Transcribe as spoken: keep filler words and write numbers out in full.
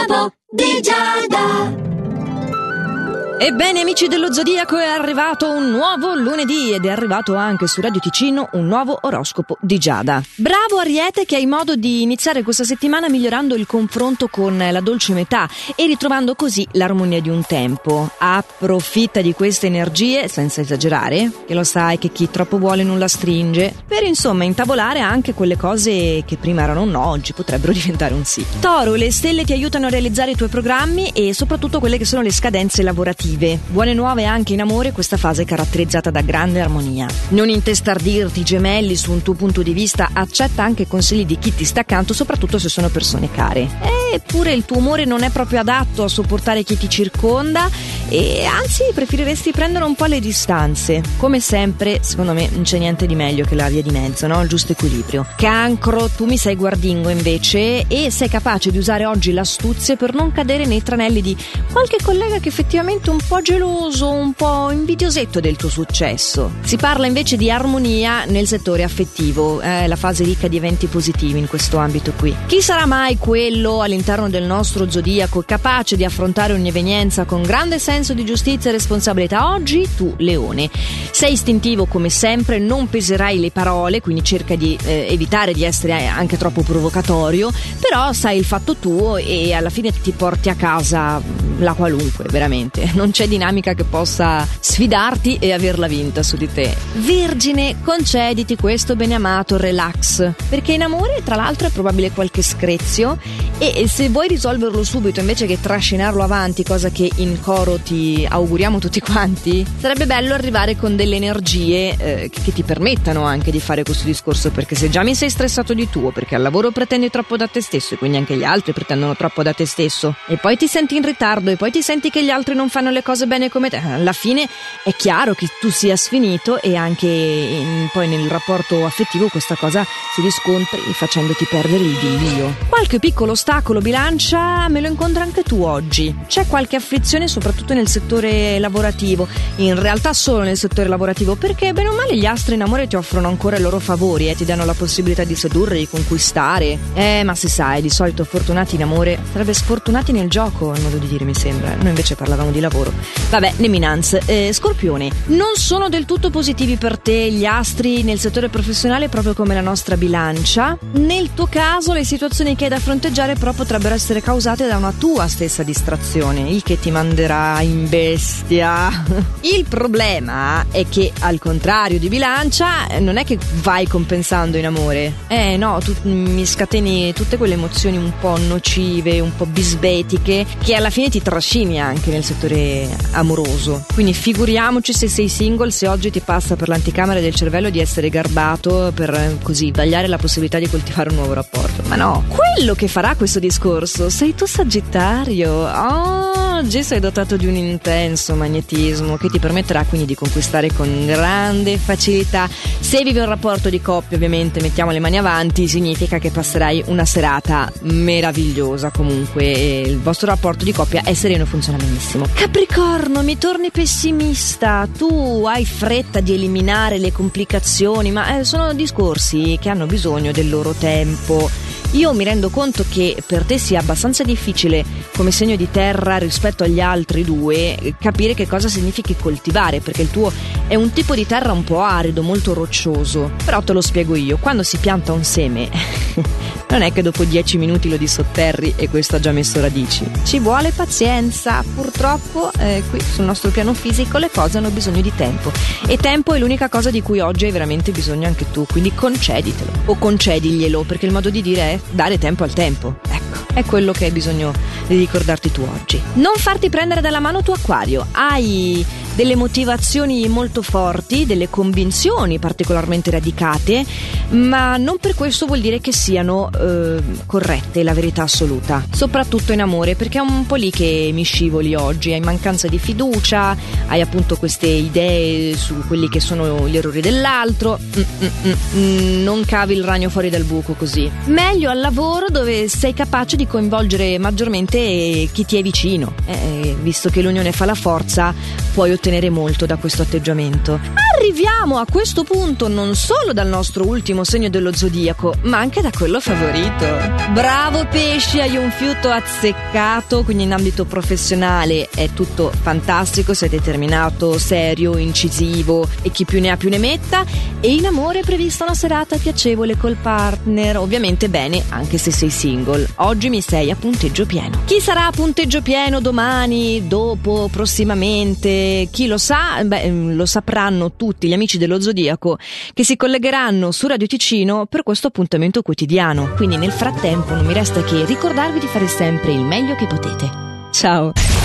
L'oroscopo di Giada. Ebbene amici dello Zodiaco, è arrivato un nuovo lunedì ed è arrivato anche su Radio Ticino un nuovo oroscopo di Giada. Bravo Ariete, che hai modo di iniziare questa settimana migliorando il confronto con la dolce metà e ritrovando così l'armonia di un tempo. Approfitta di queste energie, senza esagerare, che lo sai che chi troppo vuole non la stringe, per insomma intavolare anche quelle cose che prima erano un no, oggi potrebbero diventare un sì. Toro, le stelle ti aiutano a realizzare i tuoi programmi e soprattutto quelle che sono le scadenze lavorative. Buone nuove anche in amore, questa fase è caratterizzata da grande armonia. Non intestardirti, gemelli, su un tuo punto di vista, accetta anche consigli di chi ti sta accanto, soprattutto se sono persone care. Eppure il tuo umore non è proprio adatto a sopportare chi ti circonda e anzi preferiresti prendere un po' le distanze. Come sempre, secondo me non c'è niente di meglio che la via di mezzo, no? Il giusto equilibrio. Cancro, tu mi sei guardingo invece e sei capace di usare oggi l'astuzia per non cadere nei tranelli di qualche collega che effettivamente un po' geloso, un po' invidiosetto del tuo successo. Si parla invece di armonia nel settore affettivo, è la fase ricca di eventi positivi in questo ambito qui. Chi sarà mai quello all'interno del nostro zodiaco capace di affrontare ogni evenienza con grande senso di giustizia e responsabilità? Oggi tu, Leone, sei istintivo come sempre, non peserai le parole, quindi cerca di eh, evitare di essere anche troppo provocatorio, però sai il fatto tuo e alla fine ti porti a casa la qualunque, veramente. Non c'è dinamica che possa sfidarti e averla vinta su di te. Vergine, concediti questo beneamato relax, perché in amore tra l'altro è probabile qualche screzio e se vuoi risolverlo subito invece che trascinarlo avanti, cosa che in coro ti auguriamo tutti quanti, sarebbe bello arrivare con delle energie eh, che ti permettano anche di fare questo discorso, perché se già mi sei stressato di tuo, perché al lavoro pretendi troppo da te stesso e quindi anche gli altri pretendono troppo da te stesso e poi ti senti in ritardo e poi ti senti che gli altri non fanno le cose bene come te, alla fine è chiaro che tu sia sfinito e anche in, poi nel rapporto affettivo questa cosa si riscontri facendoti perdere il diglio. Qualche piccolo ostacolo, Bilancia, me lo incontri anche tu oggi. C'è qualche afflizione soprattutto nel settore lavorativo, in realtà solo nel settore lavorativo, perché bene o male gli astri in amore ti offrono ancora i loro favori e eh, ti danno la possibilità di sedurre, di conquistare. Eh ma si sa, di solito fortunati in amore sarebbe sfortunati nel gioco, il modo di dire, mi sembra. Noi invece parlavamo di lavoro. Vabbè, Neminance, eh, Scorpione, non sono del tutto positivi per te gli astri nel settore professionale, proprio come la nostra Bilancia. Nel tuo caso le situazioni che hai da fronteggiare però potrebbero essere causate da una tua stessa distrazione, il che ti manderà in bestia. Il problema è che al contrario di Bilancia non è che vai compensando in amore, eh no, tu mi scateni tutte quelle emozioni un po' nocive, un po' bisbetiche che alla fine ti trascini anche nel settore amoroso. Quindi figuriamoci se sei single, se oggi ti passa per l'anticamera del cervello di essere garbato per così vagliare la possibilità di coltivare un nuovo rapporto. Ma no, quello che farà questo discorso sei tu, Sagittario. Oggi sei dotato di un intenso magnetismo che ti permetterà quindi di conquistare con grande facilità. Se vivi un rapporto di coppia, ovviamente mettiamo le mani avanti, significa che passerai una serata meravigliosa comunque e il vostro rapporto di coppia è sereno e funziona benissimo. Capricorno, mi torni pessimista, tu hai fretta di eliminare le complicazioni, ma eh, sono discorsi che hanno bisogno del loro tempo. Io mi rendo conto che per te sia abbastanza difficile come segno di terra rispetto agli altri due capire che cosa significhi coltivare, perché il tuo è un tipo di terra un po' arido, molto roccioso. Però te lo spiego io, quando si pianta un seme non è che dopo dieci minuti lo dissotterri e questo ha già messo radici, ci vuole pazienza. Purtroppo eh, qui sul nostro piano fisico le cose hanno bisogno di tempo e tempo è l'unica cosa di cui oggi hai veramente bisogno anche tu, quindi conceditelo o concediglielo, perché il modo di dire è dare tempo al tempo. Ecco, è quello che hai bisogno di ricordarti tu oggi. Non farti prendere dalla mano tuo Acquario, hai delle motivazioni molto forti, delle convinzioni particolarmente radicate, ma non per questo vuol dire che siano eh, corrette, la verità assoluta, soprattutto in amore, perché è un po' lì che mi scivoli oggi, hai mancanza di fiducia, hai appunto queste idee su quelli che sono gli errori dell'altro, Mm-mm-mm. non cavi il ragno fuori dal buco così. Meglio al lavoro, dove sei capace di coinvolgere maggiormente chi ti è vicino, eh, visto che l'unione fa la forza, puoi ottenere ottenere molto da questo atteggiamento. Arriviamo a questo punto non solo dal nostro ultimo segno dello zodiaco, ma anche da quello favorito. Bravo pesci, hai un fiuto azzeccato, quindi in ambito professionale è tutto fantastico, sei determinato, serio, incisivo e chi più ne ha più ne metta. E in amore è prevista una serata piacevole col partner, ovviamente bene anche se sei single. Oggi mi sei a punteggio pieno. Chi sarà a punteggio pieno domani, dopo, prossimamente? Chi lo sa? Beh, lo sapranno tutti gli amici dello zodiaco che si collegheranno su Radio Ticino per questo appuntamento quotidiano. Quindi nel frattempo non mi resta che ricordarvi di fare sempre il meglio che potete. Ciao!